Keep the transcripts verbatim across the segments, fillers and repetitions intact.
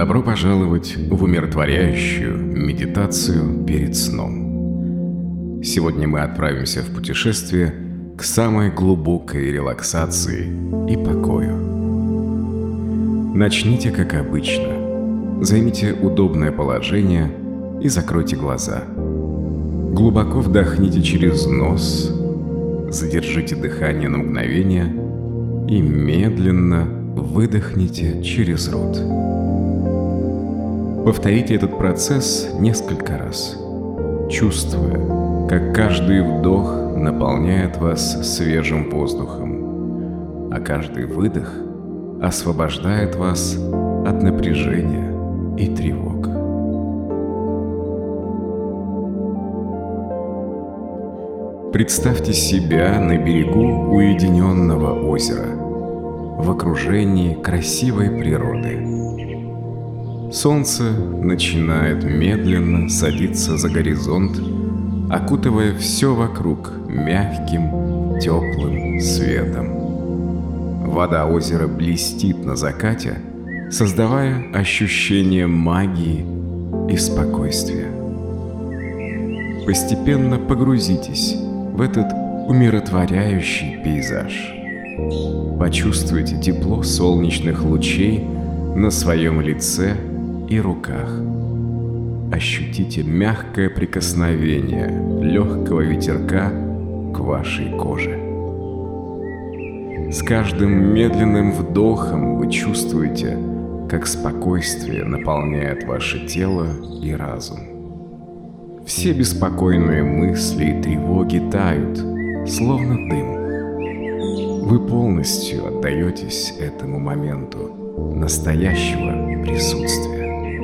Добро пожаловать в умиротворяющую медитацию перед сном. Сегодня мы отправимся в путешествие к самой глубокой релаксации и покою. Начните как обычно. Займите удобное положение и закройте глаза. Глубоко вдохните через нос, задержите дыхание на мгновение и медленно выдохните через рот. Повторите этот процесс несколько раз, чувствуя, как каждый вдох наполняет вас свежим воздухом, а каждый выдох освобождает вас от напряжения и тревог. Представьте себя на берегу уединенного озера, в окружении красивой природы. Солнце начинает медленно садиться за горизонт, окутывая все вокруг мягким, теплым светом. Вода озера блестит на закате, создавая ощущение магии и спокойствия. Постепенно погрузитесь в этот умиротворяющий пейзаж. Почувствуйте тепло солнечных лучей на своем лице и руках. Ощутите мягкое прикосновение легкого ветерка к вашей коже. С каждым медленным вдохом вы чувствуете, как спокойствие наполняет ваше тело и разум. Все беспокойные мысли и тревоги тают, словно дым. Вы полностью отдаетесь этому моменту настоящего присутствия.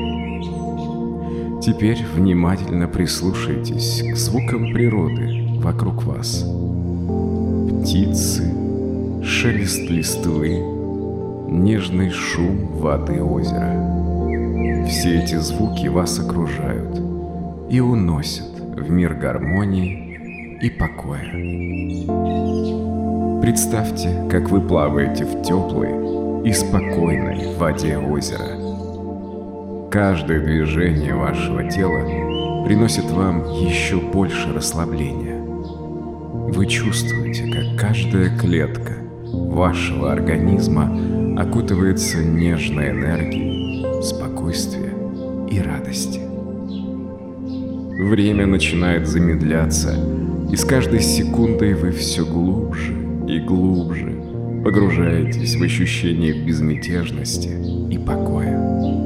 Теперь внимательно прислушайтесь к звукам природы вокруг вас. Птицы, шелест листвы, нежный шум воды озера. Все эти звуки вас окружают и уносят в мир гармонии и покоя. Представьте, как вы плаваете в теплой и спокойной воде озера. Каждое движение вашего тела приносит вам еще больше расслабления. Вы чувствуете, как каждая клетка вашего организма окутывается нежной энергией, спокойствия и радости. Время начинает замедляться, и с каждой секундой вы все глубже и глубже погружаетесь в ощущение безмятежности и покоя.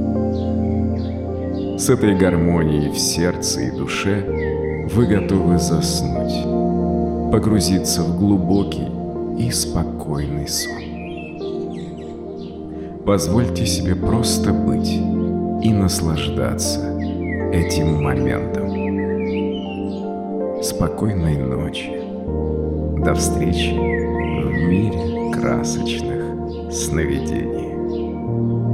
С этой гармонией в сердце и душе вы готовы заснуть, погрузиться в глубокий и спокойный сон. Позвольте себе просто быть и наслаждаться этим моментом. Спокойной ночи. До встречи в мире красочных сновидений.